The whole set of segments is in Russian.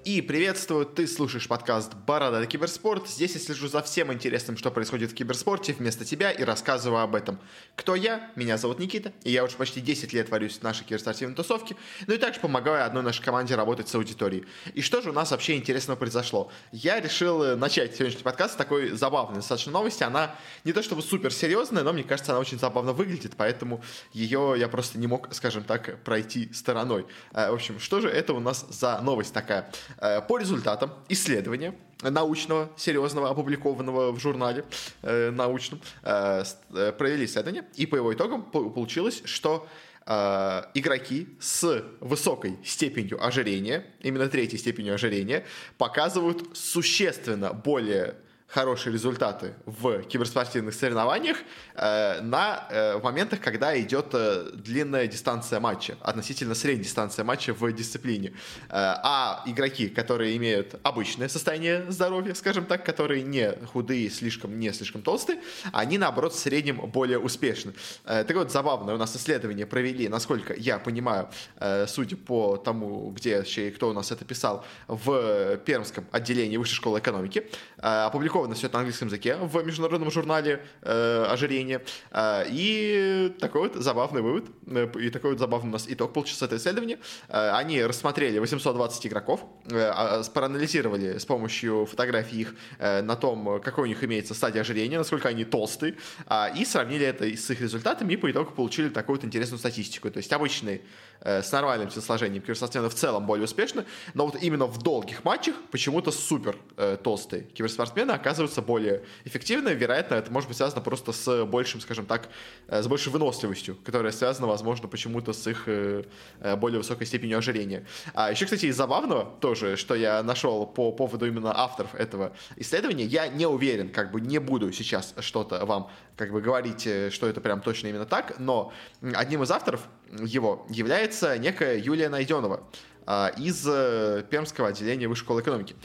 и приветствую, ты слушаешь подкаст «Бородатый киберспорт». Здесь я слежу за всем интересным, что происходит в киберспорте вместо тебя и рассказываю об этом. Кто я? Меня зовут Никита, и я уже почти 10 лет варюсь в нашей киберспортивной тусовке, ну и также помогаю одной нашей команде работать с аудиторией. И что же у нас вообще интересного произошло? Я решил начать сегодняшний подкаст с такой забавной достаточно новости. Она не то чтобы супер серьезная, но мне кажется, она очень забавно выглядит, поэтому ее я просто не мог, скажем так, пройти стороной. В общем, что же это у нас за новость такая? По результатам исследования научного, серьезного, опубликованного в журнале научном, провели исследование, и по его итогам получилось, что игроки с высокой степенью ожирения, именно третьей степенью ожирения, показывают существенно более хорошие результаты в киберспортивных соревнованиях в моментах, когда идет длинная дистанция матча, относительно средняя дистанция матча в дисциплине. А игроки, которые имеют обычное состояние здоровья, скажем так, которые не худые, не слишком толстые, они, наоборот, в среднем более успешны. Так вот, забавно, у нас исследование провели, насколько я понимаю, судя по тому, где вообще и кто у нас это писал, в Пермском отделении Высшей школы экономики, опубликовано все это на английском языке в международном журнале ожирения. И такой вот забавный вывод, и такой вот забавный у нас итог получился этого исследования. Они рассмотрели 820 игроков, проанализировали с помощью фотографий их на том, какой у них имеется стадия ожирения, насколько они толстые, и сравнили это с их результатами, и по итогу получили такую вот интересную статистику. То есть обычные с нормальным телосложением киберспортсмены в целом более успешны, но вот именно в долгих матчах почему-то супер толстые киберспортсмены оказываются более эффективны. Вероятно, это может быть связано просто с большим, скажем так, с большей выносливостью, которая связана, возможно, почему-то с их более высокой степенью ожирения. А еще, кстати, из забавного тоже, что я нашел по поводу именно авторов этого исследования, я не уверен, не буду сейчас что-то вам говорить, что это прям точно именно так, но одним из авторов его является некая Юлия Найденова из Пермского отделения Высшей школы экономики.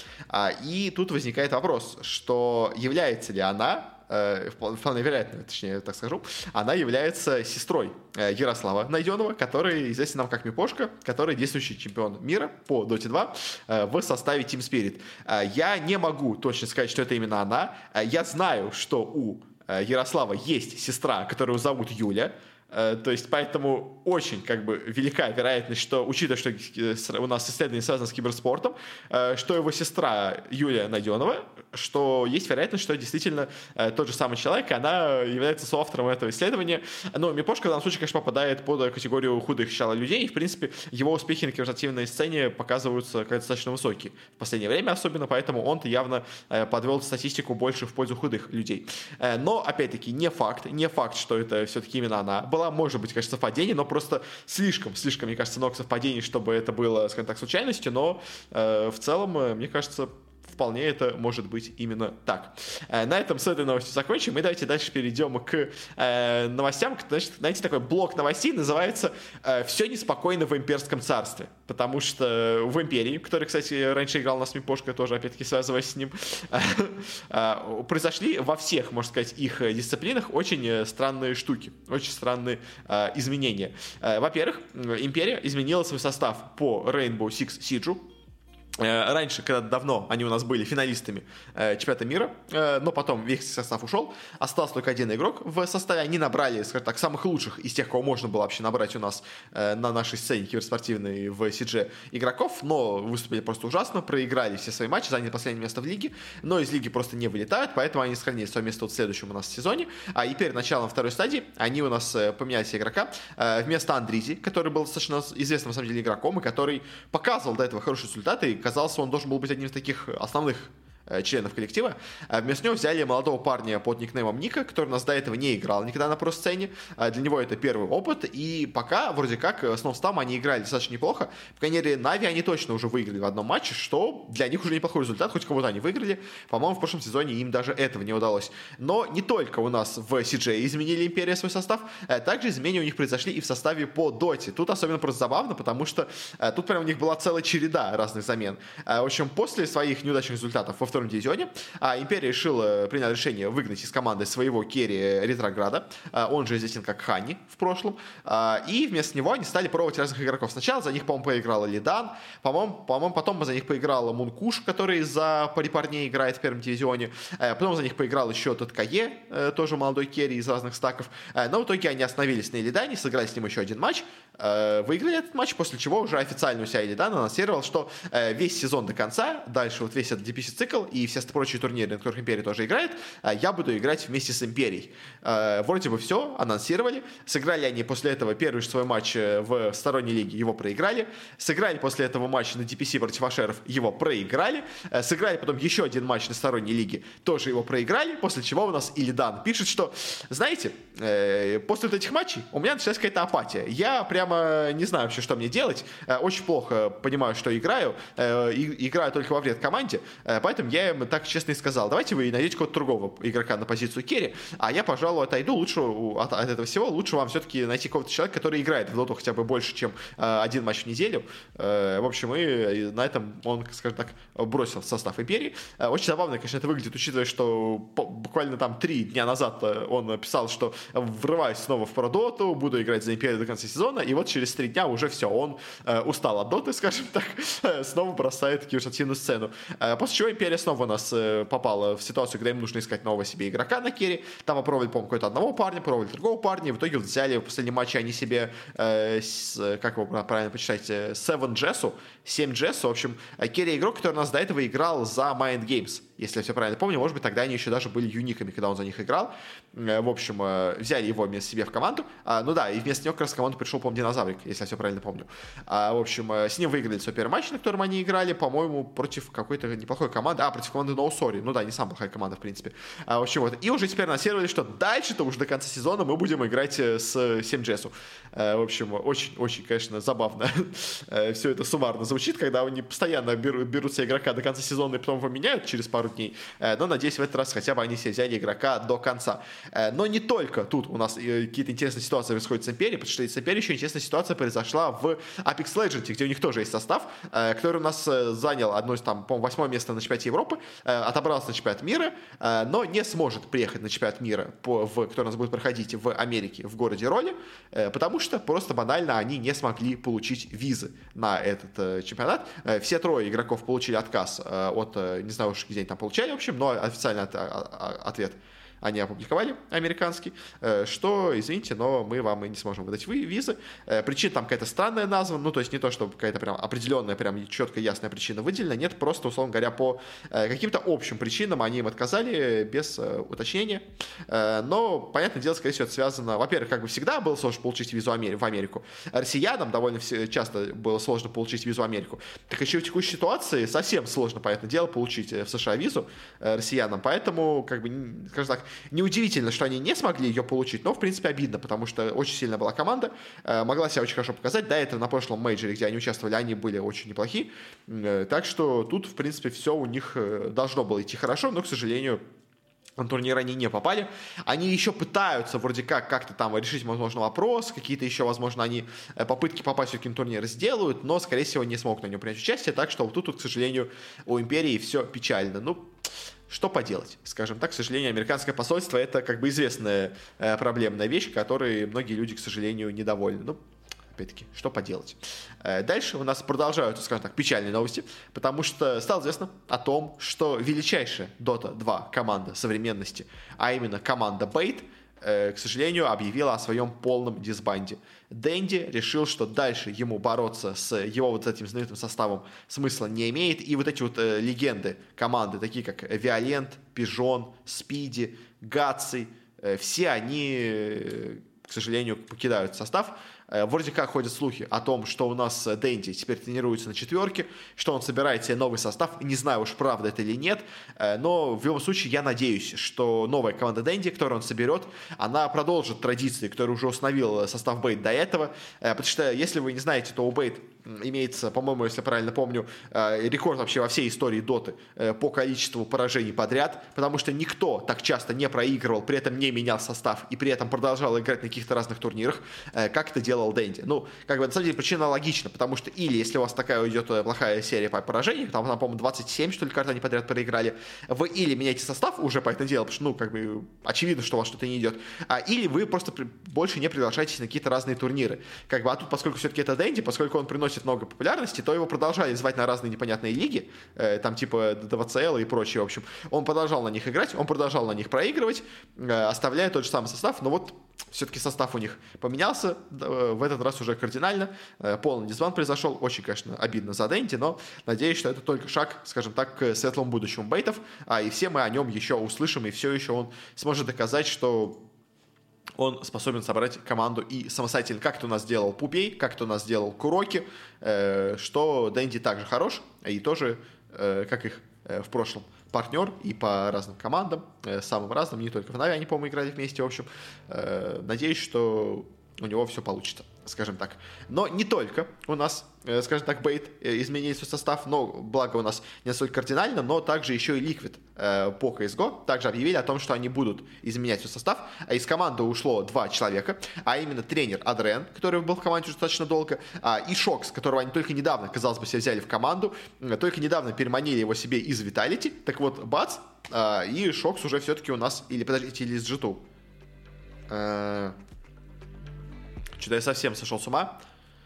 И тут возникает вопрос, что является ли она, вполне вероятно, точнее так скажу, она является сестрой Ярослава Найденова, который известен нам как Мипошка, который действующий чемпион мира по Dota 2 в составе Team Spirit. Я не могу точно сказать, что это именно она. Я знаю, что у Ярослава есть сестра, которую зовут Юля. То есть, поэтому очень, велика вероятность, что, учитывая, что у нас исследование связано с киберспортом, что его сестра Юлия Найденова, что есть вероятность, что действительно тот же самый человек, она является соавтором этого исследования. Но Мипошка в данном случае, конечно, попадает под категорию худых людей, и, в принципе, его успехи на киберспортивной сцене показываются достаточно высокие в последнее время особенно, поэтому он-то явно подвел статистику больше в пользу худых людей. Но, опять-таки, не факт, что это все-таки именно она. Была, может быть, конечно, совпадение, но просто слишком, мне кажется, много совпадений, чтобы это было, скажем так, случайностью, но в целом, мне кажется, вполне это может быть именно так. На этом с этой новостью закончим, и давайте дальше перейдем к новостям. Значит, знаете, такой блок новостей называется «Все неспокойно в имперском царстве», потому что в империи, который, кстати, раньше играл у нас Мипошка, тоже, опять-таки, связываясь с ним, произошли во всех, можно сказать, их дисциплинах очень странные штуки, очень странные изменения. Во-первых, империя изменила свой состав по Rainbow Six Siege. Раньше, когда давно они у нас были финалистами чемпионата мира, но потом весь состав ушел, остался только один игрок в составе. Они набрали, скажем так, самых лучших из тех, кого можно было вообще набрать у нас на нашей сцене киберспортивной в CG игроков, но выступили просто ужасно, проиграли все свои матчи, заняли последнее место в лиге, но из лиги просто не вылетают, поэтому они сохранили свое место в следующем у нас сезоне. И перед началом второй стадии они у нас поменяли себе игрока. Вместо Андризи, который был достаточно известным, на самом деле, игроком, и который показывал до этого хорошие результаты, и казалось, он должен был быть одним из таких основных членов коллектива. Вместо него взяли молодого парня под никнеймом Ника, который у нас до этого не играл никогда на про-сцене. Для него это первый опыт, и пока, вроде как, с Новстам они играли достаточно неплохо. По крайней мере, Нави они точно уже выиграли в одном матче, что для них уже неплохой результат, хоть кого-то они выиграли. По-моему, в прошлом сезоне им даже этого не удалось. Но не только у нас в CJ изменили Империя свой состав, также изменения у них произошли и в составе по Доте. Тут особенно просто забавно, потому что тут прям у них была целая череда разных замен. В общем, после своих неудачных результатов во втором втором дивизионе. Империя приняла решение выгнать из команды своего керри Ретрограда, он же известен как Хани в прошлом, и вместо него они стали пробовать разных игроков. Сначала за них, по-моему, поиграла Лидан, по-моему, потом за них поиграла Мункуш, который за парней играет в первом дивизионе, потом за них поиграл еще Таткае, тоже молодой керри из разных стаков, но в итоге они остановились на Илидане, сыграли с ним еще один матч, выиграли этот матч, после чего уже официально у себя Илидан анонсировал, что весь сезон до конца, дальше вот весь этот DPC-цикл и все прочие турниры, на которых Империя тоже играет, я буду играть вместе с Империей. Вроде бы все, анонсировали, сыграли они после этого первый свой матч в сторонней лиге, его проиграли, сыграли после этого матч на DPC против Ашеров, его проиграли, сыграли потом еще один матч на сторонней лиге, тоже его проиграли, после чего у нас Илидан пишет, что, знаете, после вот этих матчей у меня началась какая-то апатия, я прямо не знаю вообще, что мне делать, очень плохо понимаю, что играю только во вред команде, поэтому я им так честно и сказал, давайте вы найдете какого-то другого игрока на позицию керри, а я, пожалуй, отойду, лучше от этого всего, лучше вам все-таки найти какого-то человека, который играет в доту хотя бы больше, чем один матч в неделю. В общем, и на этом он, скажем так, бросил состав Империи. Очень забавно, конечно, это выглядит, учитывая, что буквально там 3 дня назад он писал, что врываюсь снова в продоту, буду играть за Империю до конца сезона, и вот через 3 дня уже все, он устал от доты, скажем так, снова бросает такую же активную сцену. После чего Империя снова у нас попала в ситуацию, когда им нужно искать нового себе игрока на керри. Там попробовали, по-моему, какого-то одного парня, пробовали другого парня, и в итоге взяли в последнем матче они себе, как его правильно почитать, 7 Джессу, в общем, керри-игрок, который у нас до этого играл за Mind Games, если я все правильно помню, может быть, тогда они еще даже были юниками, когда он за них играл. В общем, взяли его вместо себе в команду. Ну да, и вместо него как раз в команду пришел, по-моему, Динозаврик, если я все правильно помню. В общем, с ним выиграли свой первый матч, на котором они играли, по-моему, против какой-то неплохой команды. Против команды No Sorry. Ну да, не самая плохая команда, в принципе. В общем, вот. И уже теперь анонсировали, что дальше-то уже до конца сезона мы будем играть с 7Джессу. В общем, очень, конечно, забавно все это суммарно звучит, когда они постоянно берутся игрока до конца сезона и потом его меняют через пару дней. Но, надеюсь, в этот раз хотя бы они себе взяли игрока до конца. Но не только тут у нас какие-то интересные ситуации происходят с Империей, потому что с Империей еще интересная ситуация произошла в Apex Legends, где у них тоже есть состав, который у нас занял одно из, там, по-моему, 8 место на чемпионате Европы, отобрался на чемпионат мира, но не сможет приехать на чемпионат мира, который у нас будет проходить в Америке, в городе Роли, потому что просто банально они не смогли получить визы на этот чемпионат. Все 3 игроков получили отказ от, не знаю уж, где они там получали, в общем, но официальный ответ они опубликовали, американский, что, извините, но мы вам и не сможем выдать визы. Причина там какая-то странная названа, ну, то есть не то, чтобы какая-то прям определенная, прям четко ясная причина выделена, нет, просто, условно говоря, по каким-то общим причинам они им отказали без уточнения. Но, понятное дело, скорее всего, это связано, во-первых, как бы всегда было сложно получить визу в Америку. Россиянам довольно часто было сложно получить визу в Америку. Так еще в текущей ситуации совсем сложно, понятное дело, получить в США визу россиянам, поэтому, как бы, скажем так, неудивительно, что они не смогли ее получить, но, в принципе, обидно, потому что очень сильная была команда, могла себя очень хорошо показать. До этого на прошлом мейджоре, где они участвовали, они были очень неплохи. Так что тут, в принципе, все у них должно было идти хорошо, но, к сожалению, на турнир они не попали. Они еще пытаются вроде как-то там решить, возможно, вопрос. Какие-то еще, возможно, они попытки попасть все-таки на турнир сделают, но, скорее всего, не смогут на нем принять участие. Так что вот тут, к сожалению, у Империи все печально. Ну, что поделать, скажем так, к сожалению, американское посольство — это как бы известная проблемная вещь, которой многие люди, к сожалению, недовольны. Ну, опять-таки, что поделать. Дальше у нас продолжаются, скажем так, печальные новости, потому что стало известно о том, что величайшая Dota 2 команда современности, а именно команда Bait, к сожалению, объявила о своем полном дисбанде. Дэнди решил, что дальше ему бороться с его вот этим знаменитым составом смысла не имеет, и вот эти вот легенды команды, такие как Violent, Pigeon, Speedy, Гатси, все они, к сожалению, покидают состав. Вроде как ходят слухи о том, что у нас Дэнди теперь тренируется на 4, что он собирает себе новый состав. Не знаю уж, правда это или нет, но в любом случае я надеюсь, что новая команда Дэнди, которую он соберет, она продолжит традиции, которые уже установил состав Бейт до этого. Потому что, если вы не знаете, то у Бейт имеется, по-моему, если правильно помню, рекорд вообще во всей истории Доты по количеству поражений подряд, потому что никто так часто не проигрывал, при этом не менял состав и при этом продолжал играть на каких-то разных турнирах, как это делал Дэнди. Ну, как бы, на самом деле, причина логична, потому что или если у вас такая идет плохая серия по поражениям, там, по-моему, 27, что ли, карт они подряд проиграли, вы или меняете состав уже по этому делу, потому что, ну, как бы, очевидно, что у вас что-то не идет, или вы просто больше не приглашаетесь на какие-то разные турниры. Как бы, а тут, поскольку все-таки это Дэнди, поскольку он приносит много популярности, то его продолжали звать на разные непонятные лиги, там типа ДВЦЛ и прочее, в общем. Он продолжал на них играть, он продолжал на них проигрывать, оставляя тот же самый состав, но вот все-таки состав у них поменялся, в этот раз уже кардинально, полный дисбанд произошел, очень, конечно, обидно за Дэнди, но надеюсь, что это только шаг, скажем так, к светлому будущему Бейтов, и все мы о нем еще услышим, и все еще он сможет доказать, что он способен собрать команду и самостоятельно, как это у нас сделал Пупей, как это у нас сделал Куроки, что Дэнди также хорош, и тоже, как их в прошлом, партнер и по разным командам, самым разным, не только в Нави, они, по-моему, играли вместе, в общем. Надеюсь, что у него все получится, скажем так. Но не только у нас, скажем так, Бейт изменил свой состав, но, благо у нас не настолько кардинально, но также еще и Liquid по CSGO также объявили о том, что они будут изменять свой состав. Из команды ушло 2 человека, а именно тренер Адрен, который был в команде уже достаточно долго, и Шокс, которого они только недавно, казалось бы, себе взяли в команду, только недавно переманили его себе из Vitality. Так вот, бац, и Шокс уже все-таки у нас, или подождите, или из G2. Что-то я совсем сошел с ума.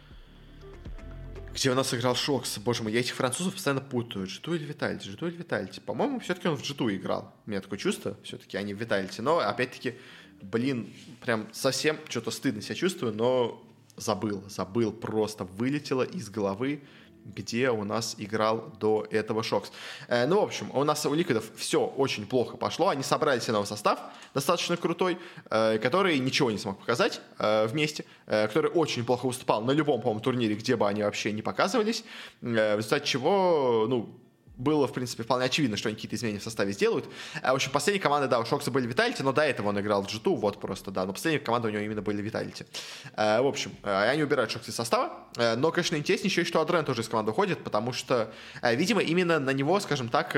Где у нас играл Шокс? Боже мой, я этих французов постоянно путаю. G2 или Vitality? G2 или Vitality? По-моему, все-таки он в G2 играл. У меня такое чувство, все-таки, а не в Vitality. Но, опять-таки, блин, прям совсем что-то стыдно себя чувствую, но забыл просто. Вылетело из головы, где у нас играл до этого Шокс. Ну, в общем, у нас у Ликвидов все очень плохо пошло. Они собрали себе новый состав, достаточно крутой, который ничего не смог показать вместе, который очень плохо выступал на любом, по-моему, турнире, где бы они вообще не показывались, в результате чего, ну, было, в принципе, вполне очевидно, что они какие-то изменения в составе сделают. В общем, последние команды, да, у Шокса были Vitality, но до этого он играл в G2, вот просто, да, но последние команды у него именно были Vitality. В общем, они убирают Шокса из состава, но, конечно, интереснее еще и, что Адрен тоже из команды уходит, потому что, видимо, именно на него, скажем так,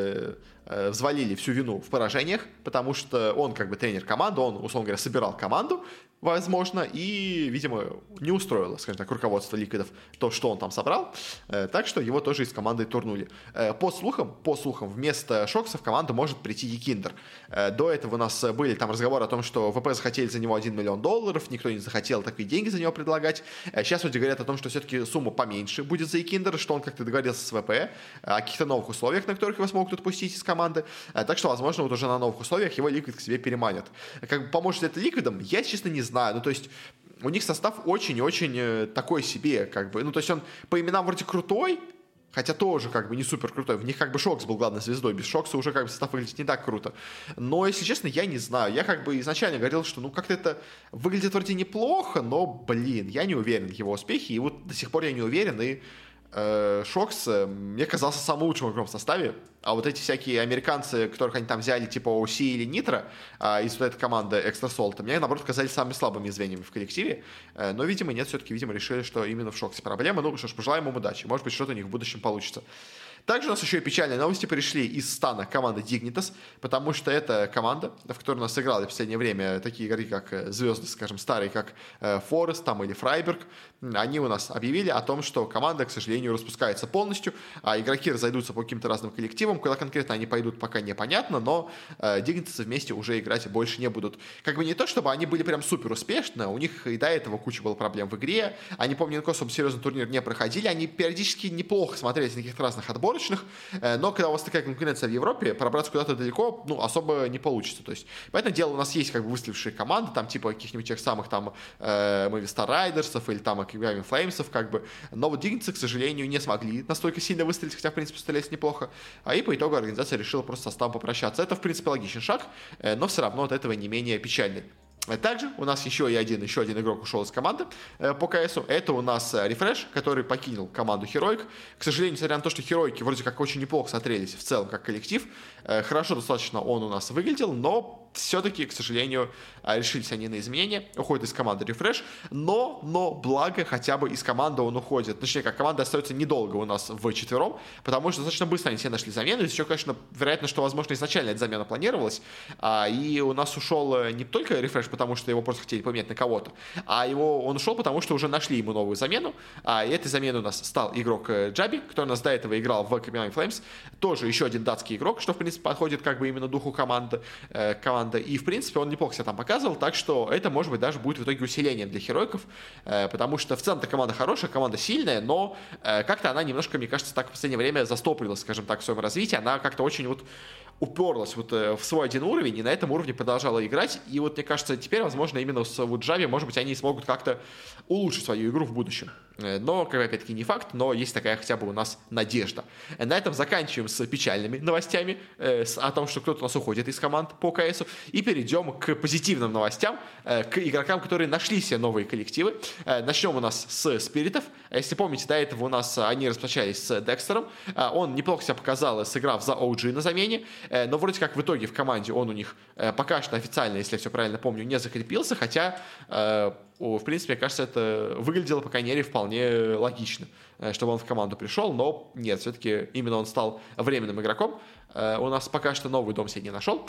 взвалили всю вину в поражениях, потому что он как бы тренер команды, он, условно говоря, собирал команду, возможно, и, видимо, не устроило, скажем так, руководство Ликвидов то, что он там собрал, так что его тоже из команды турнули. По слухам, вместо Шокса в команду может прийти Екиндер. До этого у нас были там разговоры о том, что ВП захотели за него $1 миллион, никто не захотел такие деньги за него предлагать. Сейчас вроде говорят о том, что все-таки сумма поменьше будет за Екиндера, что он как-то договорился с ВП о каких-то новых условиях, на которых его смогут отпустить из команды. Так что, возможно, вот уже на новых условиях его Ликвид к себе переманят. Как бы поможет это Ликвидам, я, честно, не знаю. Ну, то есть, у них состав очень-очень такой себе, как бы. Ну, то есть, он по именам вроде крутой, хотя тоже как бы не супер крутой. В них как бы Шокс был главной звездой. Без Шокса уже как бы состав выглядит не так круто. Но, если честно, я не знаю. Я как бы изначально говорил, что ну как-то это выглядит вроде неплохо, но, блин, я не уверен в его успехе. И вот до сих пор я не уверен. И Шокс мне казался самым лучшим игроком в составе. А вот эти всякие американцы, которых они там взяли, типа OC или Nitro, из вот этой команды Extra Salt, мне, наоборот, казались самыми слабыми звеньями в коллективе. Но, видимо, нет, все-таки, видимо, решили, что именно в Шоксе проблема. Ну, что ж, пожелаем им удачи. Может быть, что-то у них в будущем получится. Также у нас еще и печальные новости пришли из стана команды Dignitas, потому что эта команда, в которой у нас играли в последнее время такие игроки, как звезды, скажем, старые, как Форест там или Фрайберг, они у нас объявили о том, что команда, к сожалению, распускается полностью, а игроки разойдутся по каким-то разным коллективам, куда конкретно они пойдут, пока непонятно, но Dignitas вместе уже играть больше не будут. Как бы не то, чтобы они были прям супер успешны, у них и до этого куча было проблем в игре, они, помню, никакой особо серьезный турнир не проходили, они периодически неплохо смотрелись на каких-то разных отборочных, но когда у вас такая конкуренция в Европе, пробраться куда-то далеко, ну, особо не получится. То есть, поэтому дело у нас есть как бы выстрелившие команды, там типа каких-нибудь тех самых там Movistar Райдерсов или там Аквиами Флеймсов, как бы. Но вот Dignitas, к сожалению, не смогли настолько сильно выстрелить, хотя, в принципе, стрелялись неплохо. И по итогу организация решила просто со составом попрощаться. Это, в принципе, логичный шаг, но все равно от этого не менее печальный. Также у нас еще один игрок ушел из команды по КСу. Это у нас Refresh, который покинул команду Heroic. К сожалению, несмотря на то, что Heroic вроде как очень неплохо смотрелись в целом как коллектив, хорошо достаточно он у нас выглядел, но все-таки, к сожалению, решились они на изменения, уходит из команды Refresh, но благо хотя бы из команды он уходит. Точнее, как команда остается недолго у нас вчетвером, потому что достаточно быстро они все нашли замену. Еще, конечно, вероятно, что, возможно, изначально эта замена планировалась, и у нас ушел не только Refresh, потому что его просто хотели поменять на кого-то, а он ушел, потому что уже нашли ему новую замену, и этой заменой у нас стал игрок Джаби, который у нас до этого играл в Copenhagen Flames, тоже еще один датский игрок, что, в принципе, подходит как бы именно духу команды, и, в принципе, он неплохо себя там показывал, так что это, может быть, даже будет в итоге усилением для Херойков, потому что в целом-то команда хорошая, команда сильная, но как-то она немножко, мне кажется, так в последнее время застопорилась, скажем так, в своем развитии, она как-то очень вот уперлась вот в свой один уровень и на этом уровне продолжала играть, и вот мне кажется, теперь, возможно, именно с вот Джави, может быть, они смогут как-то улучшить свою игру в будущем. Но, как опять-таки, не факт, но есть такая хотя бы у нас надежда. На этом заканчиваем с печальными новостями о том, что кто-то у нас уходит из команд по КСу, и перейдем к позитивным новостям, к игрокам, которые нашли себе новые коллективы. Начнем у нас с Спиритов. Если помните, до этого у нас они распрощались с Декстером. Он неплохо себя показал, сыграв за OG на замене, но вроде как в итоге в команде он у них пока что официально, если я все правильно помню, не закрепился, хотя в принципе, мне кажется, это выглядело, по крайней мере, вполне логично, чтобы он в команду пришел, но нет, все-таки именно он стал временным игроком. У нас пока что новый дом себе не нашел.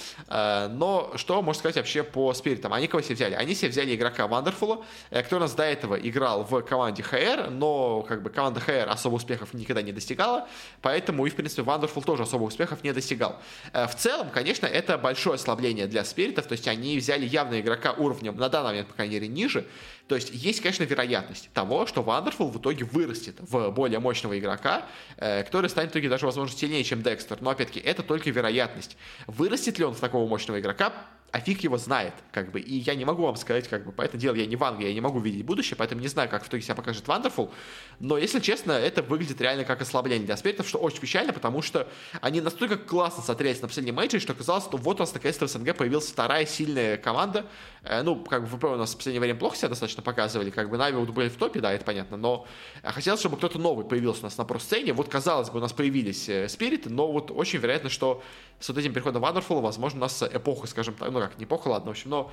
Но что можно сказать вообще по Спиритам? Они кого себе взяли? Они себе взяли игрока Вандерфула, который у нас до этого играл в команде ХР, но как бы команда ХР особо успехов никогда не достигала, поэтому и, в принципе, Вандерфул тоже особо успехов не достигал. В целом, конечно, это большое ослабление для Спиритов, то есть они взяли явно игрока уровнем, на данный момент, по крайней мере, ниже. То есть есть, конечно, вероятность того, что Вандерфул в итоге вырастет в более мощного игрока, который станет в итоге даже, возможно, сильнее, чем Декстер. Но, опять-таки, это только вероятность. Вырастет ли он в такого мощного игрока, а фиг его знает, как бы, и я не могу вам сказать, как бы, по этому делу я не в Англии, я не могу видеть будущее, поэтому не знаю, как в итоге себя покажет Вандерфул, но, если честно, это выглядит реально как ослабление для Спиритов, что очень печально, потому что они настолько классно смотрелись на последнем матче, что казалось, что вот у нас наконец-то в СНГ появилась вторая сильная команда, как бы ВП у нас в последнее время плохо себя достаточно показывали, как бы Нави вот были в топе, да, это понятно, но хотелось, чтобы кто-то новый появился у нас на про-сцене, вот, казалось бы, у нас появились Спириты, но вот очень вероятно, что с вот этим переходом Вандерфула, возможно, у нас эпоха, скажем так, ну как, не эпоха, ладно, в общем, но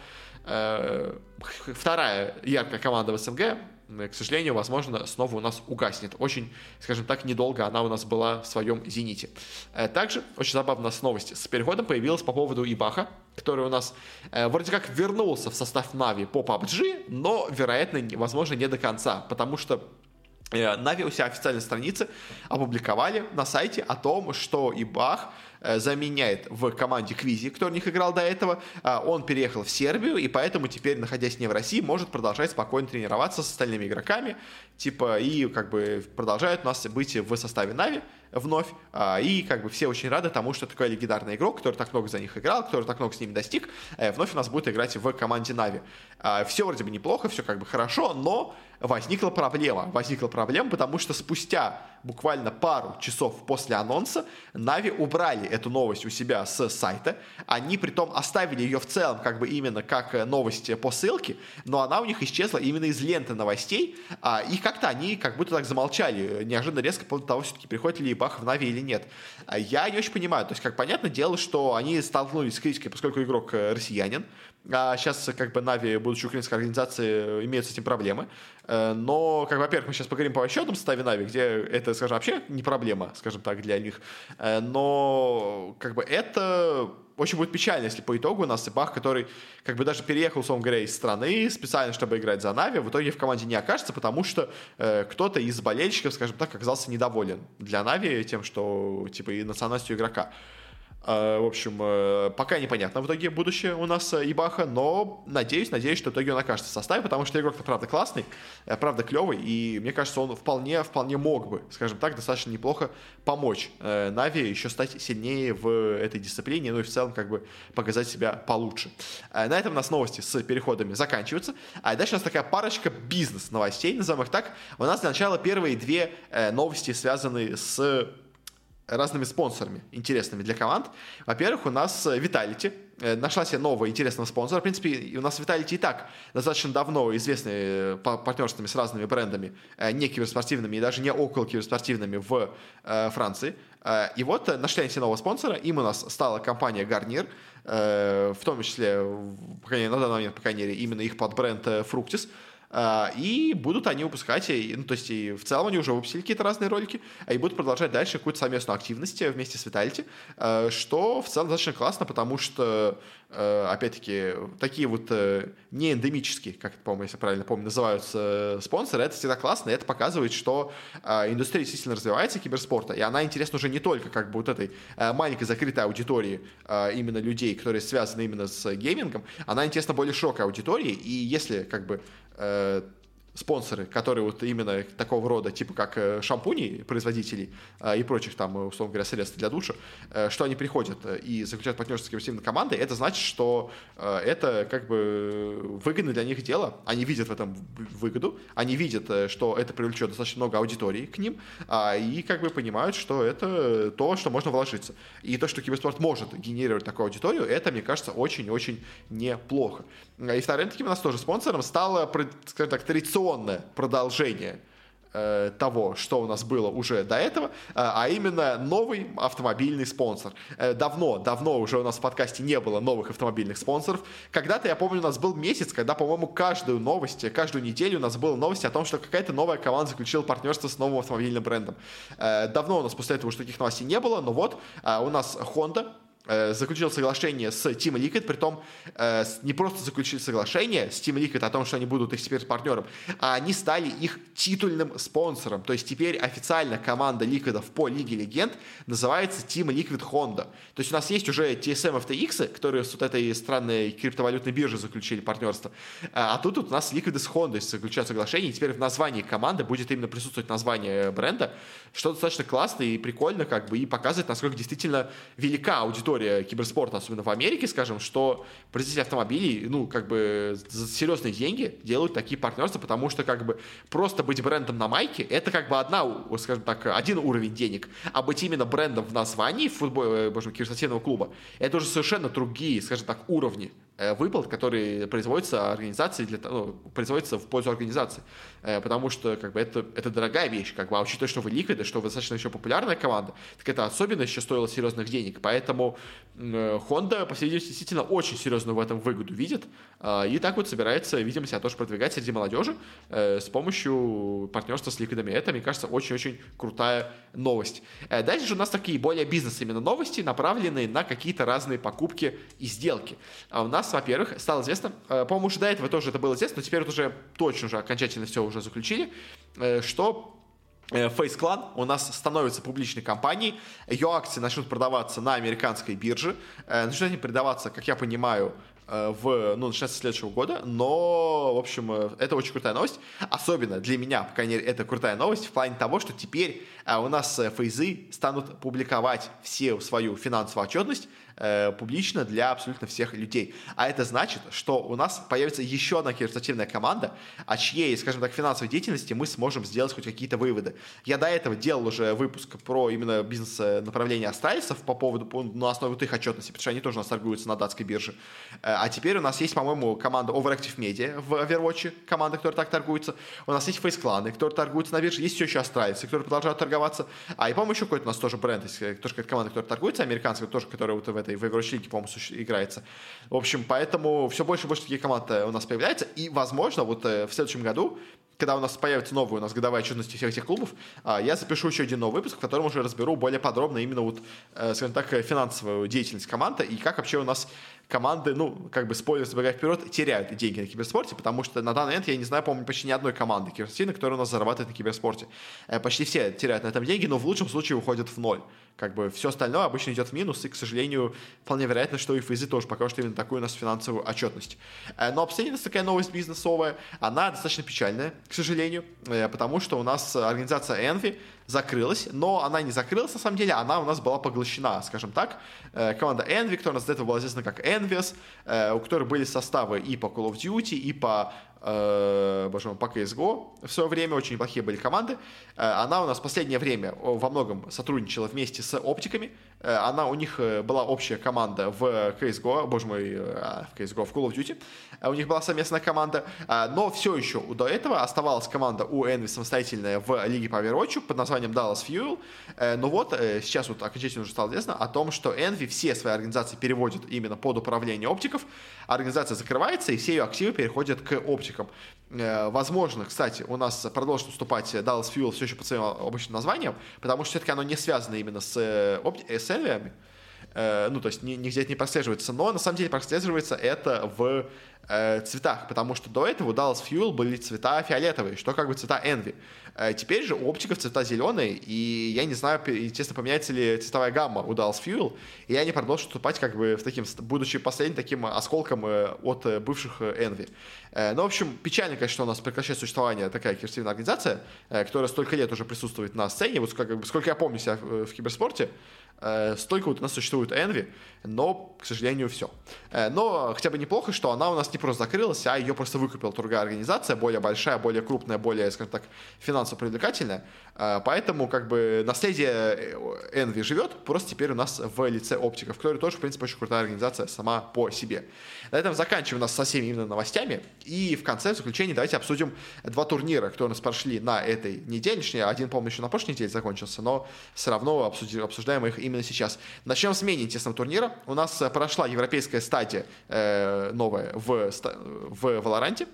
вторая яркая команда в СНГ, к сожалению, возможно, снова у нас угаснет. Очень, скажем так, недолго она у нас была в своем зените. Также очень забавная у нас новость с переходом появилась по поводу Ибаха, который у нас вроде как вернулся в состав Нави по PUBG, но, вероятно, возможно, не до конца, потому что Нави у себя официальной странице опубликовали на сайте о том, что Ибах заменяет в команде Квизи, кто у них играл до этого. Он переехал в Сербию, и поэтому теперь, находясь не в России, может продолжать спокойно тренироваться с остальными игроками, типа, и как бы продолжает у нас быть в составе Нави вновь, и как бы все очень рады тому, что такой легендарный игрок, который так много за них играл, который так много с ними достиг, вновь у нас будет играть в команде Нави. Все вроде бы неплохо, все как бы хорошо, но возникла проблема, потому что спустя буквально пару часов после анонса Нави убрали эту новость у себя с сайта, они притом оставили ее в целом как бы именно как новость по ссылке, но она у них исчезла именно из ленты новостей, и как-то они как будто так замолчали, неожиданно резко по поводу того, все-таки приходит ли Ибах в Нави или нет. Я не очень понимаю, то есть как понятное дело, что они столкнулись с критикой, поскольку игрок россиянин, сейчас как бы Нави, будучи украинской организацией, имеют с этим проблемы. Но, как, во-первых, мы сейчас поговорим по еще одном составе Нави, где это, скажем, вообще не проблема, скажем так, для них. Но, как бы, это очень будет печально, если по итогу у нас Ибах, который, как бы, даже переехал, условно говоря, из страны специально, чтобы играть за Нави, в итоге в команде не окажется, потому что кто-то из болельщиков, скажем так, оказался недоволен для Нави тем, что, типа, и национальностью игрока. В общем, пока непонятно в итоге будущее у нас Ибаха, но надеюсь, что в итоге он окажется в составе, потому что игрок-то правда классный, правда клевый, и мне кажется, он вполне мог бы, скажем так, достаточно неплохо помочь Нави еще стать сильнее в этой дисциплине, ну и в целом как бы показать себя получше. На этом у нас новости с переходами заканчиваются, а дальше у нас такая парочка бизнес-новостей, назовем их так. У нас для начала первые две новости, связанные с разными спонсорами интересными для команд. Во-первых, у нас Vitality нашла себе нового интересного спонсора. В принципе, у нас Vitality и так достаточно давно известны партнерствами с разными брендами, не киберспортивными и даже не около киберспортивными в Франции. И вот нашли они себе нового спонсора. Им у нас стала компания Garnier, в том числе, по крайней мере, на данный момент, по крайней мере, именно их подбренд Fructis. И будут они выпускать, ну, то есть и в целом они уже выпустили какие-то разные ролики, и будут продолжать дальше какую-то совместную активность вместе с Vitality, что в целом достаточно классно, потому что, опять-таки, такие вот не эндемические, как это, по-моему, если правильно помню, называются спонсоры, это всегда классно, и это показывает, что индустрия действительно развивается, киберспорта, и она интересна уже не только как бы вот этой маленькой закрытой аудитории именно людей, которые связаны именно с геймингом, она интересна более широкой аудитории, и если как бы спонсоры, которые вот именно такого рода, типа как шампуни производителей и прочих там, условно говоря, средств для душа, что они приходят и заключают партнерство с киберспортивной командой, это значит, что это как бы выгодно для них дело. Они видят в этом выгоду, они видят, что это привлечет достаточно много аудитории к ним, и как бы понимают, что это то, что можно вложиться. И то, что киберспорт может генерировать такую аудиторию, это, мне кажется, очень-очень неплохо. И вторым таким у нас тоже спонсором стало, скажем так, традиционное продолжение того, что у нас было уже до этого, а именно новый автомобильный спонсор. Давно уже у нас в подкасте не было новых автомобильных спонсоров. Когда-то, я помню, у нас был месяц, когда, по-моему, каждую неделю у нас было новости о том, что какая-то новая команда заключила партнерство с новым автомобильным брендом. Давно у нас после этого уже таких новостей не было, но вот у нас Honda заключил соглашение с Team Liquid, притом не просто заключили соглашение с Team Liquid о том, что они будут их теперь партнером, а они стали их титульным спонсором. То есть теперь официально команда Liquid'ов по Лиге Легенд называется Team Liquid Honda. То есть у нас есть уже TSM FTX, которые с вот этой странной криптовалютной биржей заключили партнерство, а тут у нас Liquid с Honda заключают соглашение, и теперь в названии команды будет именно присутствовать название бренда, что достаточно классно и прикольно, как бы, и показывает, насколько действительно велика аудитория киберспорта, особенно в Америке, скажем, что производители автомобилей, ну, как бы за серьезные деньги делают такие партнерства, потому что, как бы, просто быть брендом на майке, это, как бы, скажем так, один уровень денег, а быть именно брендом в названии киберспортивного клуба, это уже совершенно другие, скажем так, уровни выплат, которые производятся организацией производятся в пользу организации. Потому что как бы, это дорогая вещь. Как бы, а учитывая, что вы Liquid, что вы достаточно еще популярная команда, так это особенно еще стоило серьезных денег. Поэтому Honda, по всей видимости, действительно очень серьезную в этом выгоду видит. И так вот собирается, видимо, себя тоже продвигать среди молодежи с помощью партнерства с Liquid'ами. Это, мне кажется, очень-очень крутая новость. Дальше же у нас такие более бизнес именно новости, направленные на какие-то разные покупки и сделки. А у нас, во-первых, стало известно, по-моему, уже до этого тоже это было известно, но теперь вот уже точно уже окончательно все уже заключили, что Face Clan у нас становится публичной компанией, ее акции начнут продаваться на американской бирже, начнут они продаваться, как я понимаю, начиная со следующего года, но, в общем, это очень крутая новость, особенно для меня, по крайней мере, это крутая новость в плане того, что теперь у нас фейзы станут публиковать всю свою финансовую отчетность публично для абсолютно всех людей. А это значит, что у нас появится еще одна киберспортивная команда, о чьей, скажем так, финансовой деятельности мы сможем сделать хоть какие-то выводы. Я до этого делал уже выпуск про именно бизнес-направление Астралисов по поводу, на основе их отчетности, потому что они тоже у нас торгуются на датской бирже. А теперь у нас есть, по-моему, команда Overactive Media в Overwatch, команда, которая так торгуется. У нас есть Face Clan, которые торгуются на бирже. Есть все еще Астралисы, которые продолжают торговаться. И, по-моему, еще какой-то у нас тоже бренд, есть тоже какая-то команда, которая торгуется, американская, тоже, которая вот в Overwatch League, по-моему, играется. В общем, поэтому все больше и больше таких команд у нас появляется. И, возможно, вот в следующем году, когда у нас появится новая у нас годовая отчетность всех этих клубов, я запишу еще один новый выпуск, в котором уже разберу более подробно именно вот, скажем так, финансовую деятельность команды и как вообще у нас команды, как бы спойлер, забегая вперед, теряют деньги на киберспорте, потому что на данный момент я не знаю, по-моему, почти ни одной команды киберспортивной, которая у нас зарабатывает на киберспорте. Почти все теряют на этом деньги, но в лучшем случае уходят в ноль. Как бы все остальное обычно идет в минус, и, к сожалению, вполне вероятно, что и фейзы тоже покажут именно такую у нас финансовую отчетность. Но последняя у нас такая новость бизнесовая, она достаточно печальная, к сожалению, потому что у нас организация Envy закрылась, но она не закрылась, на самом деле, она у нас была поглощена, скажем так. Команда Envy, которая у нас до этого была известна как Envious, у которой были составы и по Call of Duty, и по боже мой, по CSGO в свое время, очень неплохие были команды. Она у нас в последнее время во многом сотрудничала вместе с оптиками. У них была общая команда в CSGO, боже мой, в CSGO, в Call of Duty. У них была совместная команда, но все еще до этого оставалась команда у Envy самостоятельная в лиге по Overwatch под названием Dallas Fuel. Но вот сейчас вот окончательно уже стало известно о том, что Envy все свои организации переводит именно под управление оптиков. Организация закрывается, и все ее активы переходят к оптикам. Возможно, кстати, у нас продолжит уступать Dallas Fuel все еще под своим обычным названием, потому что все-таки оно не связано именно с Envy. Ну, то есть нигде это не прослеживается, но на самом деле прослеживается это в цветах, потому что до этого у Dallas Fuel были цвета фиолетовые, что как бы цвета Envy. Теперь же у оптиков цвета зеленые, и я не знаю, естественно, поменяется ли цветовая гамма у Dallas Fuel, и они продолжат вступать как бы в таким, будучи последним таким осколком от бывших Envy. Ну, в общем, печально, конечно, что у нас прекращает существование такая киберспортивная организация, которая столько лет уже присутствует на сцене, вот сколько я помню себя в киберспорте, столько вот у нас существует Envy, но, к сожалению, все. Но хотя бы неплохо, что она у нас не просто закрылась, а ее просто выкупила другая организация, более большая, более крупная, более, скажем так, финансово привлекательная. Поэтому, как бы, наследие Envy живет, просто теперь у нас в лице оптиков, которые тоже, в принципе, очень крутая организация сама по себе. На этом заканчиваем у нас со всеми именно новостями. И в конце, в заключении, давайте обсудим два турнира, которые у нас прошли на этой неделе. Точнее, один, по-моему, еще на прошлой неделе закончился, но все равно обсуждаем их именно сейчас. Начнем с менее интересного турнира. У нас прошла европейская стадия новая в Valorant.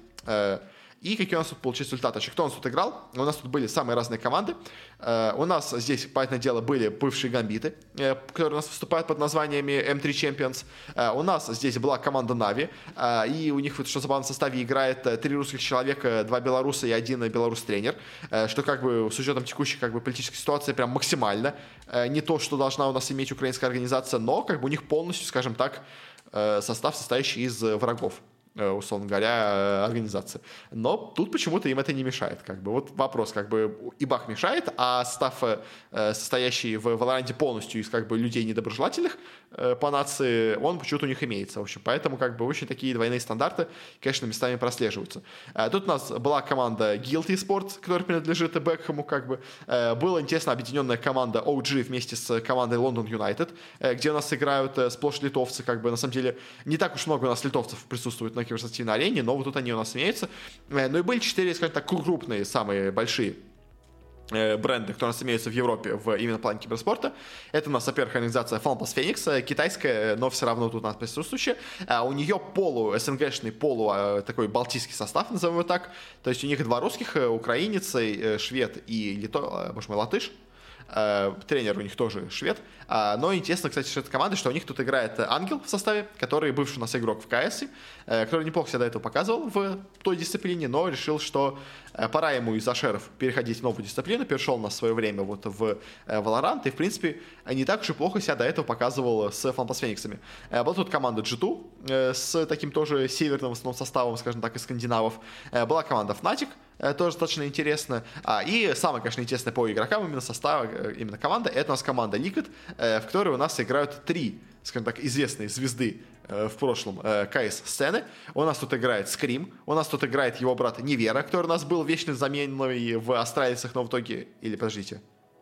И какие у нас тут получились результаты? Кто у нас тут играл? У нас тут были самые разные команды. У нас здесь, понятное дело, были бывшие гамбиты, которые у нас выступают под названиями M3 Champions. У нас здесь была команда Na'Vi, и у них, что забавно, в составе играет 3 русских человека, 2 белоруса и 1 белорус-тренер, что как бы с учетом текущей как бы политической ситуации прям максимально не то, что должна у нас иметь украинская организация, но как бы у них полностью, скажем так, состав, состоящий из врагов, условно говоря, организации. Но тут почему-то им это не мешает. Как бы. Вот вопрос, как бы ИБАХ мешает, а состав, состоящий в Valorant полностью из как бы людей недоброжелательных по нации, он почему-то у них имеется. В общем, поэтому как бы очень такие двойные стандарты, конечно, местами прослеживаются. Тут у нас была команда Guilty Sports, которая принадлежит Бекхэму, как бы. Была интересно объединенная команда OG вместе с командой London United, где у нас играют сплошь литовцы, как бы, на самом деле, не так уж много у нас литовцев присутствует на киберспортивной арене, но вот тут они у нас имеются. Ну и были 4, скажем так, крупные, самые большие бренды, которые у нас имеются в Европе в именно плане киберспорта. Это у нас, во-первых, организация FunPlus Phoenix, китайская, но все равно тут у нас присутствующая. У нее полу-СНГшный, такой балтийский состав, назовем его так. То есть у них 2 русских, украинец, швед и латыш. Тренер у них тоже швед. Но интересно, кстати, что эта команда, что у них тут играет Ангел в составе, который бывший у нас игрок в КС, который неплохо себя до этого показывал в той дисциплине, но решил, что пора ему из Ашеров переходить в новую дисциплину, перешел на свое время вот в Valorant, и, в принципе, не так уж и плохо себя до этого показывал с FunPlus Phoenix'ами. Была тут команда G2 с таким тоже северным в основном составом, скажем так, из скандинавов. Была команда Fnatic, тоже достаточно интересно. И самая, конечно, интересная по игрокам именно состава, именно команда, это у нас команда Liquid, в которой у нас играют 3, скажем так, известные звезды в прошлом КС-сцены. У нас тут играет Скрим, у нас тут играет его брат Невера, который у нас был вечной заменой в Астралисах, но в итоге... Или, подождите.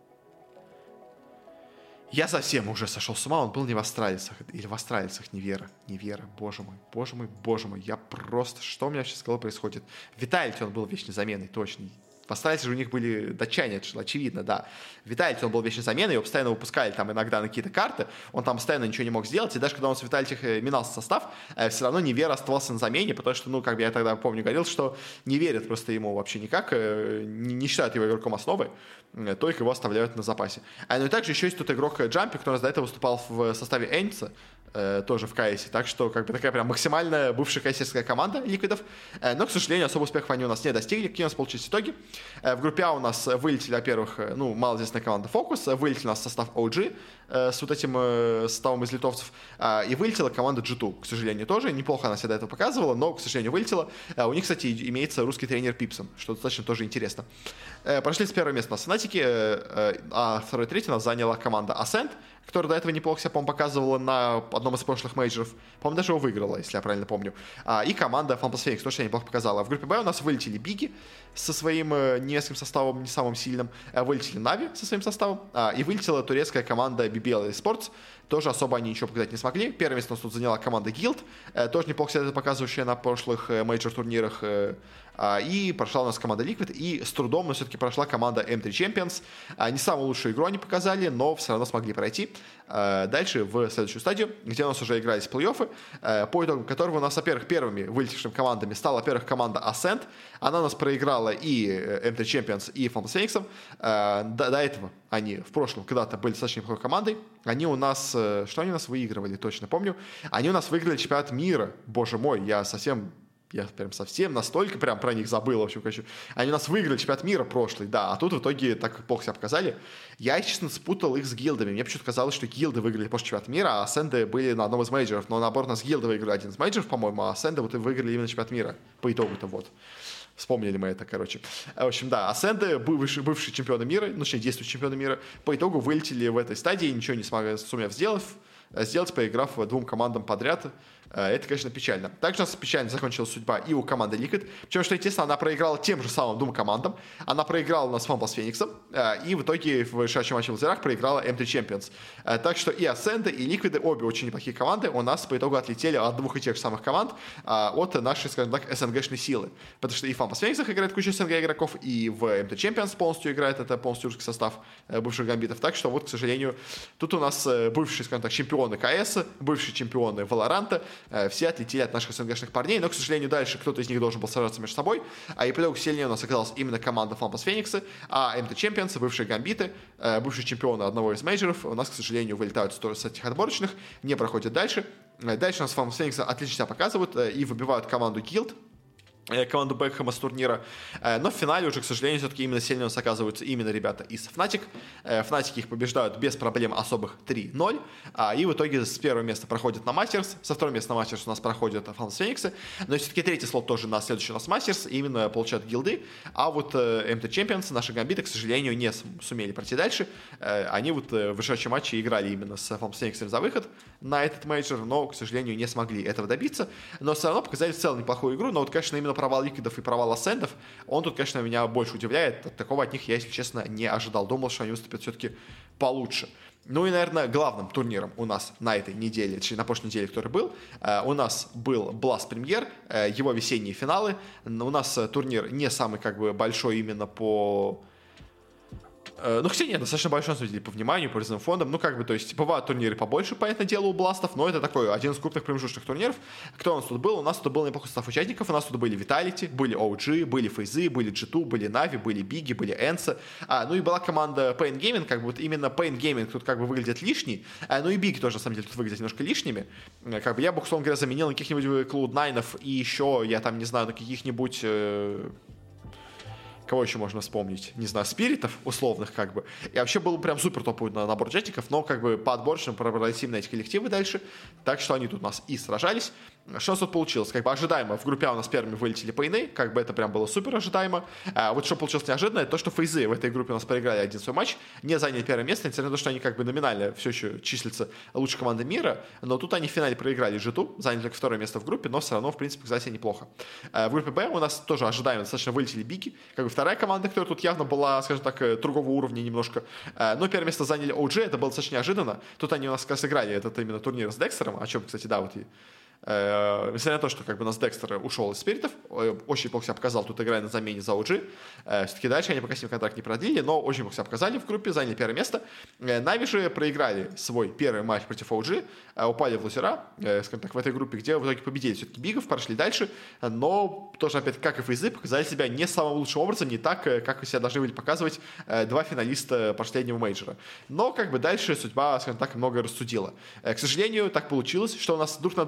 Я совсем уже сошел с ума, он был не в Астралисах. Или в Астралисах Невера. Невера, боже мой, боже мой, боже мой. Я просто... Что у меня сейчас с головой происходит? Виталити он был вечной заменой, точно. В Астралисе же у них были датчане, это же очевидно, да. Виталити он был вечной заменой, его постоянно выпускали там иногда на какие-то карты, он там постоянно ничего не мог сделать, и даже когда он с Виталити минался состав, все равно Невера оставался на замене, потому что, ну, как бы я тогда помню, говорил, что не верят просто ему вообще никак, не считают его игроком основы, только его оставляют на запасе. Ну и также еще есть тут игрок Джампи, который до этого выступал в составе Энца, тоже в КСе, так что как бы такая прям максимальная бывшая кайсерская команда ликвидов, но, к сожалению, особо успехов они у нас не достигли. Какие у нас получились итоги? В группе А у нас вылетели, во-первых, ну, малоизвестная команда Focus, вылетел у нас состав OG с вот этим составом из литовцев, и вылетела команда G2, к сожалению, тоже. Неплохо она себя до этого показывала, но, к сожалению, вылетела. У них, кстати, имеется русский тренер Пипсон, что достаточно тоже интересно. Прошли с первого места на Фнатики, а второе-третье у нас заняла команда Ascent, которая до этого неплохо себя, по-моему, показывала на одном из прошлых мейджоров. По-моему, даже его выиграла, если я правильно помню. И команда FunPlus Phoenix тоже себя неплохо показала. В группе Б у нас вылетели Биги со своим немецким составом, не самым сильным. Вылетели Нави со своим составом. И вылетела турецкая команда BBL Esports. Тоже особо они ничего показать не смогли. Первое место у нас тут заняла команда Guild. Тоже неплохо себя показывающая на прошлых мейджор-турнирах. И прошла у нас команда Liquid. И с трудом, но все-таки прошла команда M3 Champions. Не самую лучшую игру они показали, но все равно смогли пройти дальше в следующую стадию, где у нас уже игрались плей-оффы, по итогам которого у нас, во-первых, первыми вылетевшими командами стала, во-первых, команда Ascent. Она у нас проиграла и M3 Champions, и FunPlus Phoenix. До этого они в прошлом когда-то были достаточно неплохой командой. Они у нас... Что они у нас выигрывали, точно помню. Они у нас выиграли чемпионат мира. Боже мой, я прям совсем настолько прям про них забыл, в общем, короче. Они у нас выиграли чемпионат мира прошлый, да, а тут в итоге так плохо себя показали. Я, честно, спутал их с гилдами. Мне почему-то казалось, что гилды выиграли после чемпионата мира, а Асенды были на одном из мейджоров. Но наоборот, у нас гилды выиграли один из мейджоров, по-моему, а Асенды вот и выиграли именно чемпионат мира. По итогу-то вот. Вспомнили мы это, короче. В общем, да, Асенды, бывшие чемпионы мира, ну, точнее, действующие чемпионы мира, по итогу вылетели в этой стадии, ничего не сумев сделать, проиграв двум командам подряд. Это, конечно, печально. Также у нас печально закончилась судьба и у команды Liquid. Причем, что, естественно, она проиграла тем же самым двум командам. Она проиграла у нас FunPlus Phoenix. И в итоге в решающем матче в лазерах проиграла M3 Champions. Так что и Ascend, и Liquid, обе очень неплохие команды, у нас по итогу отлетели от двух и тех же самых команд, от нашей, скажем так, СНГшной силы. Потому что и в FunPlus Phoenix играет куча СНГ игроков, и в M3 Champions полностью играет, это полностью русский состав бывших гамбитов. Так что вот, к сожалению, тут у нас бывшие, скажем так, чемпионы КС, бывшие чемпионы Valorant, все отлетели от наших СНГшных парней, но, к сожалению, дальше кто-то из них должен был сражаться между собой, и по итогу сильнее у нас оказалась именно команда FunPlus Phoenix, а M3 Champions, бывшие гамбиты, бывшие чемпионы одного из мейджоров, у нас, к сожалению, вылетают с этих отборочных, не проходят дальше. Дальше у нас FunPlus Phoenix отлично себя показывают и выбивают команду Guild, команду Бекхэма с турнира, но в финале уже, к сожалению, все-таки именно сильно у нас оказываются именно ребята из Fnatic. Fnatic их побеждают без проблем особых 3-0, и в итоге с первого места проходят на Мастерс, со второго места на Мастерс у нас проходят FunPlus Phoenix, но все-таки третий слот тоже на следующий у нас Мастерс, именно получают гилды, а вот M3 Champions, наши гамбиты, к сожалению, не сумели пройти дальше. Они вот в вышедшем матче играли именно с FunPlus Phoenix за выход на этот мейджор, но, к сожалению, не смогли этого добиться, но все равно показали в целом неплохую игру, но вот, конечно, именно провал Ликвидов и провал Асцендов, он тут, конечно, меня больше удивляет. Такого от них я, если честно, не ожидал. Думал, что они выступят все-таки получше. Ну и, наверное, главным турниром у нас на этой неделе, точнее, на прошлой неделе, который был, у нас был Blast Premier, его весенние финалы. У нас турнир не самый, как бы, большой именно по... Ну, хотя нет, достаточно большой, на самом деле, по вниманию, по призовым фондам. Ну, как бы, то есть, бывают турниры побольше, понятное дело, у Бластов, но это такой один из крупных промежуточных турниров. Кто у нас тут был? У нас тут был неплохой состав участников. У нас тут были Vitality, были OG, были FaZe, были G2, были Na'Vi, были Biggie, были Ensa. Ну, и была команда Pain Gaming, как бы, вот именно Pain Gaming тут, как бы, выглядит лишний. Ну, и Biggie тоже, на самом деле, тут выглядят немножко лишними. Как бы, я бы, условно говоря, заменил на каких-нибудь Cloud9 и еще, я там, не знаю, на каких-нибудь... Кого еще можно вспомнить? Не знаю, спиритов условных, как бы. И вообще был прям супер топовый набор джетиков, но как бы по отборочным пробрались именно эти коллективы дальше. Так что они тут у нас и сражались. Что у нас тут получилось? Как бы ожидаемо. В группе А у нас первыми вылетели Пейны, как бы это прям было супер ожидаемо. Вот что получилось неожиданно, это то, что FaZe в этой группе у нас проиграли один свой матч, не заняли первое место, несмотря на то, что они как бы номинально все еще числятся лучшей командой мира, но тут они в финале проиграли G2, заняли только второе место в группе, но все равно, в принципе, показали себя неплохо. В группе Б у нас тоже ожидаемо достаточно вылетели Бики, как бы вторая команда, которая тут явно была, скажем так, другого уровня немножко, но первое место заняли OG, это было достаточно неожиданно. Тут они у нас как раз играли этот именно турнир с Декстером, о чем, кстати, да, вот и несмотря на то, что как бы у нас Декстер ушел из спиритов, очень плохо себя показал, тут играя на замене за OG. Все-таки дальше они пока с ним контракт не продлили, но очень плохо себя показали в группе, заняли первое место. Нави же проиграли свой первый матч против OG, упали в лузера, скажем так, в этой группе, где в итоге победили все-таки Бигов, прошли дальше, но тоже, опять, как и FaZe, показали себя не самым лучшим образом, не так, как себя должны были показывать два финалиста последнего мейджора. Но как бы дальше судьба, скажем так, многое рассудила. К сожалению, так получилось, что у нас друг на дружку попали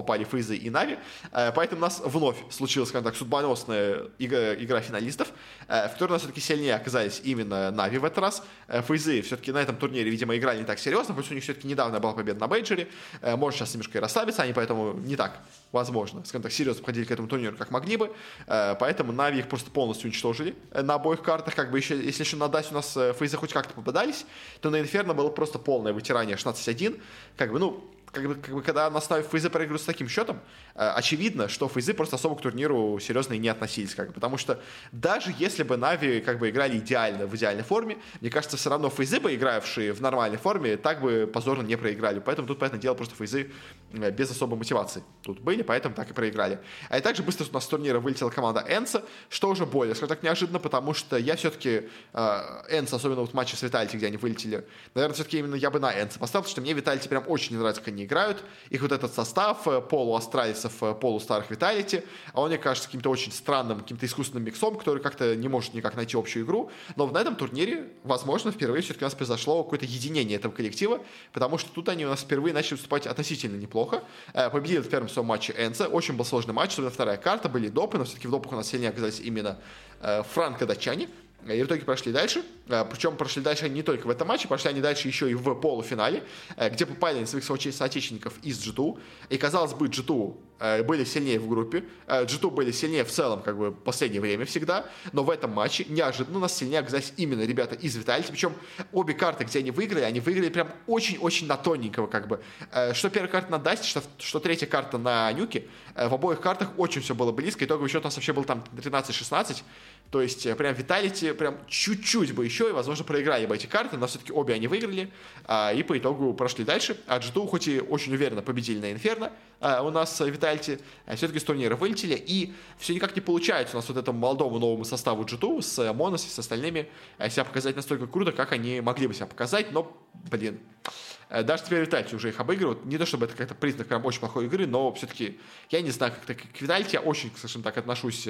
попали FaZe и Na'Vi, поэтому у нас вновь случилась, скажем так, судьбоносная игра финалистов, в которой у нас все-таки сильнее оказались именно Na'Vi в этот раз. FaZe все-таки на этом турнире, видимо, играли не так серьезно, потому что у них все-таки недавно была победа на бейджере, может сейчас немножко и расслабиться, они поэтому не так, возможно, скажем так, серьезно подходили к этому турниру, как могли бы, поэтому Na'Vi их просто полностью уничтожили на обоих картах, как бы еще, если еще на DAS у нас FaZe хоть как-то попадались, то на Inferno было просто полное вытирание 16-1, как бы, ну, когда на основе FaZe проигрывают с таким счетом, очевидно, что FaZe просто особо к турниру серьезно и не относились, как бы, потому что даже если бы Na'Vi как бы играли идеально, в идеальной форме, мне кажется, все равно FaZe бы, игравшие в нормальной форме, так бы позорно не проиграли, поэтому тут, понятное дело, просто FaZe без особой мотивации тут были, поэтому так и проиграли. А и также быстро у нас с турнира вылетела команда Ensa, что уже более, скажем так, неожиданно, потому что я все-таки Ensa, особенно вот в матче с Vitality, где они вылетели, наверное, все-таки именно я бы на Ensa поставил, потому что мне Vitality прям очень не нравится, как они играют, их вот этот состав полуастралисов, полустарых Vitality, а он, мне кажется, каким-то очень странным, каким-то искусственным миксом, который как-то не может никак найти общую игру, но на этом турнире, возможно, впервые все-таки у нас произошло какое-то единение этого коллектива, потому что тут они у нас впервые начали выступать относительно неплохо, победили в первом своем матче Ensa, очень был сложный матч, особенно вторая карта, были допы, но все-таки в допах у нас сильнее оказались именно франко-датчане, и в итоге прошли дальше. Причем прошли дальше они не только в этом матче, прошли они дальше еще и в полуфинале, где попали на своих соотечественников из G2. И, казалось бы, G2 были сильнее в группе. G2 были сильнее в целом, как бы, в последнее время всегда. Но в этом матче неожиданно у нас сильнее оказались именно ребята из Vitality. Причем обе карты, где они выиграли прям очень-очень на тоненького, как бы. Что первая карта на Дасте, что третья карта на Нюке. В обоих картах очень все было близко. Итоговый счет у нас вообще был там 13-16. То есть прям Vitality прям чуть-чуть бы еще, и, возможно, проиграли бы эти карты, но все-таки обе они выиграли, и по итогу прошли дальше. А G2 хоть и очень уверенно победили на Inferno, у нас Vitality все-таки с турнира вылетели, и все никак не получается у нас вот этому молодому новому составу G2 с Monos и с остальными себя показать настолько круто, как они могли бы себя показать, но, блин, даже теперь Vitality уже их обыгрывают. Не то чтобы это как-то признак прям очень плохой игры, но все-таки, я не знаю, как-то к Vitality я очень, скажем так, отношусь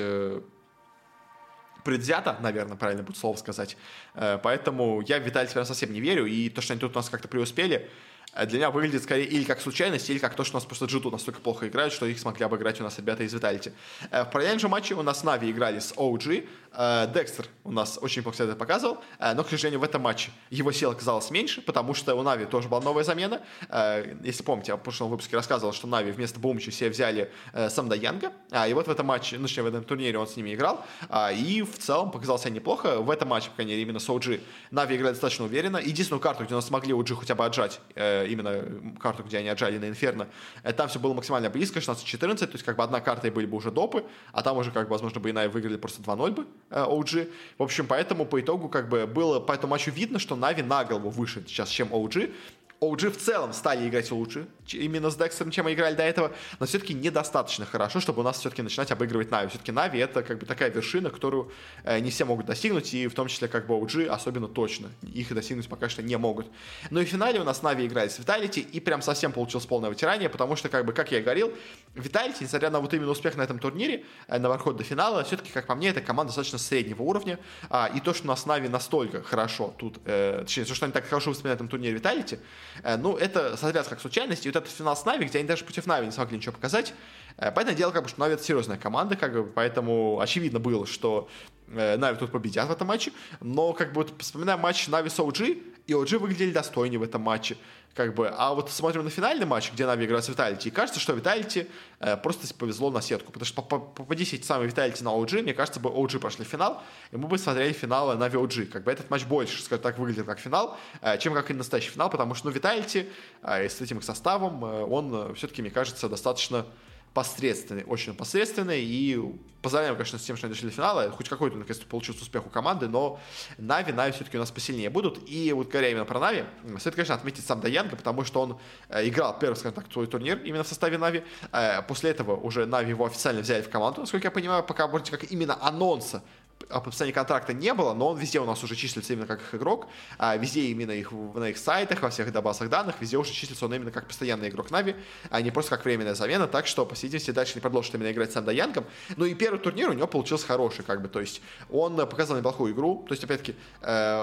предвзято, наверное, правильно будет слово сказать. Поэтому я в Vitality прям совсем не верю, и то, что они тут у нас как-то преуспели, для меня выглядит скорее или как случайность, или как то, что у нас просто G2 настолько плохо играют, что их смогли обыграть у нас ребята из Vitality. В параллельном же матче у нас Na'Vi играли с OG. Декстер у нас очень плохо себя показывал, но, к сожалению, в этом матче его сил оказалось меньше, потому что у Na'Vi тоже была новая замена. Если помните, я в прошлом выпуске рассказывал, что Na'Vi вместо Бумчи все взяли Самда Янга, и вот в этом матче, точнее, в этом турнире он с ними играл, и в целом показался неплохо. В этом матче, по крайней мере, именно с OG Na'Vi играли достаточно уверенно. Единственную карту, где у нас смогли OG хотя бы отжать, именно карту, где они отжали на Inferno, там все было максимально близко, 16-14, то есть как бы одна карта и были бы уже допы, а там уже, как бы, возможно, бы и Na'Vi выиграли просто 2-0 бы OG. В общем, поэтому по итогу как бы было по этому матчу видно, что Na'Vi на голову выше сейчас, чем OG. OG в целом стали играть лучше именно с Декстером, чем мы играли до этого, но все-таки недостаточно хорошо, чтобы у нас все-таки начинать обыгрывать Na'Vi. Все-таки Na'Vi это как бы такая вершина, которую не все могут достигнуть, и в том числе как бы OG особенно точно. Их достигнуть пока что не могут. Но и в финале у нас Na'Vi играли с Vitality, и прям совсем получилось полное вытирание, потому что, как бы, как я и говорил, Vitality, несмотря на вот именно успех на этом турнире, на проход до финала, все-таки, как по мне, это команда достаточно среднего уровня, и то, что у нас Na'Vi настолько хорошо тут, точнее, то, что они так хорошо выступили на этом турнире Vitality, ну, это смотрелось как случайность, и вот этот финал с Na'Vi, где они даже против Na'Vi не смогли ничего показать, понятное дело, как бы, что Na'Vi это серьезная команда, как бы, поэтому очевидно было, что Na'Vi тут победят в этом матче, но, как бы, вот, вспоминаем матч Na'Vi с OG, и OG выглядели достойнее в этом матче, как бы, а вот смотрим на финальный матч, где Na'Vi играют с Vitality, и кажется, что Vitality просто повезло на сетку, потому что попадись эти самые Vitality на OG, мне кажется, бы OG прошли в финал, и мы бы смотрели финал Na'Vi OG, как бы этот матч больше, скажем так, выглядит как финал, чем как и настоящий финал, потому что, ну, Vitality с этим их составом, он все-таки, мне кажется, достаточно посредственный, очень посредственный, и поздравляем, конечно, с тем, что они дошли до финала, хоть какой-то, наконец-то, получился успех у команды, но Na'Vi все-таки у нас посильнее будут, и вот говоря именно про Na'Vi, стоит, конечно, отметить Самда Янга, потому что он играл первый, скажем так, свой турнир именно в составе Na'Vi, после этого уже Na'Vi его официально взяли в команду, насколько я понимаю, пока вроде как именно анонса о подписании контракта не было, но он везде у нас уже числится именно как их игрок, везде именно на их сайтах, во всех базах данных, везде уже числится он именно как постоянный игрок Na'Vi, а не просто как временная замена, так что, по всей видимости, дальше не продолжит именно играть с Самда Янгом. Ну и первый турнир у него получился хороший, как бы, то есть он показал неплохую игру, то есть, опять-таки,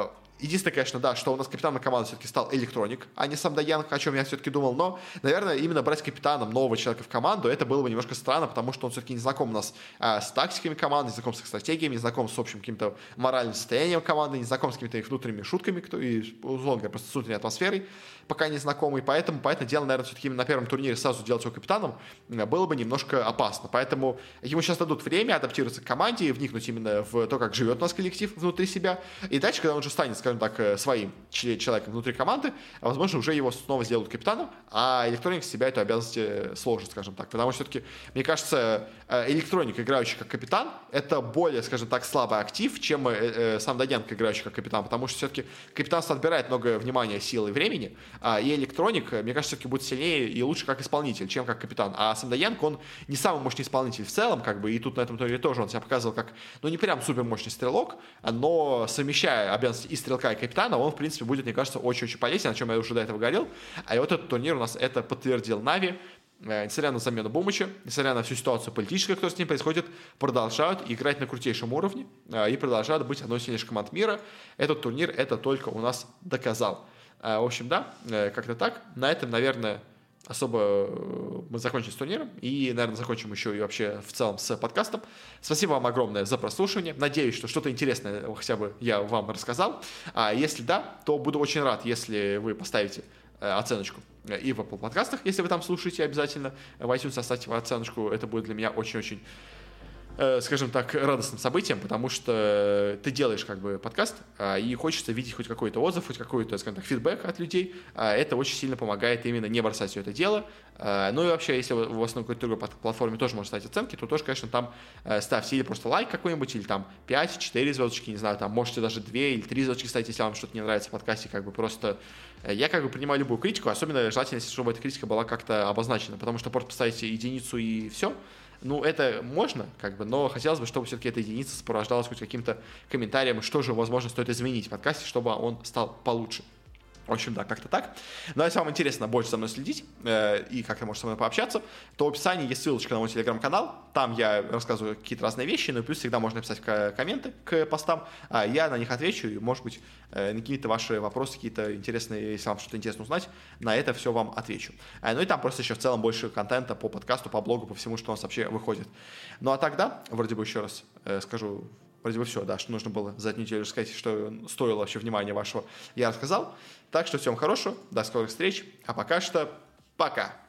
Единственное, конечно, да, что у нас капитаном команды все-таки стал Electronic, а не Сам Даянг, о чем я все-таки думал, но, наверное, именно брать капитаном нового человека в команду, это было бы немножко странно, потому что он все-таки не знаком у нас с тактиками команды, не знаком с их стратегиями, не знаком с общим каким-то моральным состоянием команды, не знаком с какими-то их внутренними шутками, и, условно говоря, просто с внутренней атмосферой, пока не знакомый, поэтому дело, наверное, все-таки именно на первом турнире сразу делать его капитаном было бы немножко опасно, поэтому ему сейчас дадут время адаптироваться к команде, вникнуть именно в то, как живет у нас коллектив внутри себя, и дальше, когда он уже станет, скажем так, своим человеком внутри команды, возможно, уже его снова сделают капитаном, а Electronic с себя эту обязанность сложит, скажем так, потому что все-таки, мне кажется, Electronic, играющий как капитан, это более, скажем так, слабый актив, чем Сам Даянг, играющий как капитан, потому что все-таки капитанство отбирает много внимания, силы и времени, и Electronic, мне кажется, все-таки будет сильнее и лучше как исполнитель, чем как капитан, а Сам Даянг, он не самый мощный исполнитель в целом, как бы, и тут на этом турнире тоже он себя показывал как, ну, не прям супер мощный стрелок, но совмещая обязанности и стрелка, и капитана, он, в принципе, будет, мне кажется, очень-очень полезен, о чем я уже до этого говорил, и вот этот турнир у нас это подтвердил Нави, несмотря на замену Бумыча, несмотря на всю ситуацию политическую, которая с ним происходит, продолжают играть на крутейшем уровне и продолжают быть одной из сильнейших команд мира. Этот турнир это только у нас доказал. В общем, да, как-то так. На этом, наверное, особо мы закончим с турниром и, наверное, закончим еще и вообще в целом с подкастом. Спасибо вам огромное за прослушивание. Надеюсь, что что-то интересное хотя бы я вам рассказал. А если да, то буду очень рад, если вы поставите оценочку и в Apple подкастах, если вы там слушаете, обязательно в iTunes оставьте оценочку. Это будет для меня очень-очень, скажем так, радостным событием, потому что ты делаешь как бы подкаст, и хочется видеть хоть какой-то отзыв, хоть какой-то, скажем так, фидбэк от людей. Это очень сильно помогает именно не бросать все это дело. Ну и вообще, если у вас на какой-то другой платформе тоже можно ставить оценки, то тоже, конечно, там ставьте или просто лайк какой-нибудь, или там 5, 4 звездочки, не знаю, там можете даже 2 или 3 звездочки ставить, если вам что-то не нравится в подкасте, как бы просто... Я как бы принимаю любую критику, особенно желательно, чтобы эта критика была как-то обозначена, потому что просто поставите единицу и все. Ну, это можно, как бы, но хотелось бы, чтобы все-таки эта единица сопровождалась хоть каким-то комментарием, что же, возможно, стоит изменить в подкасте, чтобы он стал получше. В общем, да, как-то так. Но если вам интересно больше со мной следить и как-то можете со мной пообщаться, то в описании есть ссылочка на мой телеграм-канал. Там я рассказываю какие-то разные вещи, ну и плюс всегда можно написать комменты к постам. Я на них отвечу, и, может быть, на какие-то ваши вопросы, какие-то интересные, если вам что-то интересно узнать, на это все вам отвечу. Ну и там просто еще в целом больше контента по подкасту, по блогу, по всему, что у нас вообще выходит. Ну а тогда, вроде бы еще раз скажу, вроде бы все, да, что нужно было за эту неделю сказать, что стоило вообще внимания вашего, я рассказал. Так что всем хорошего, до скорых встреч, а пока что пока.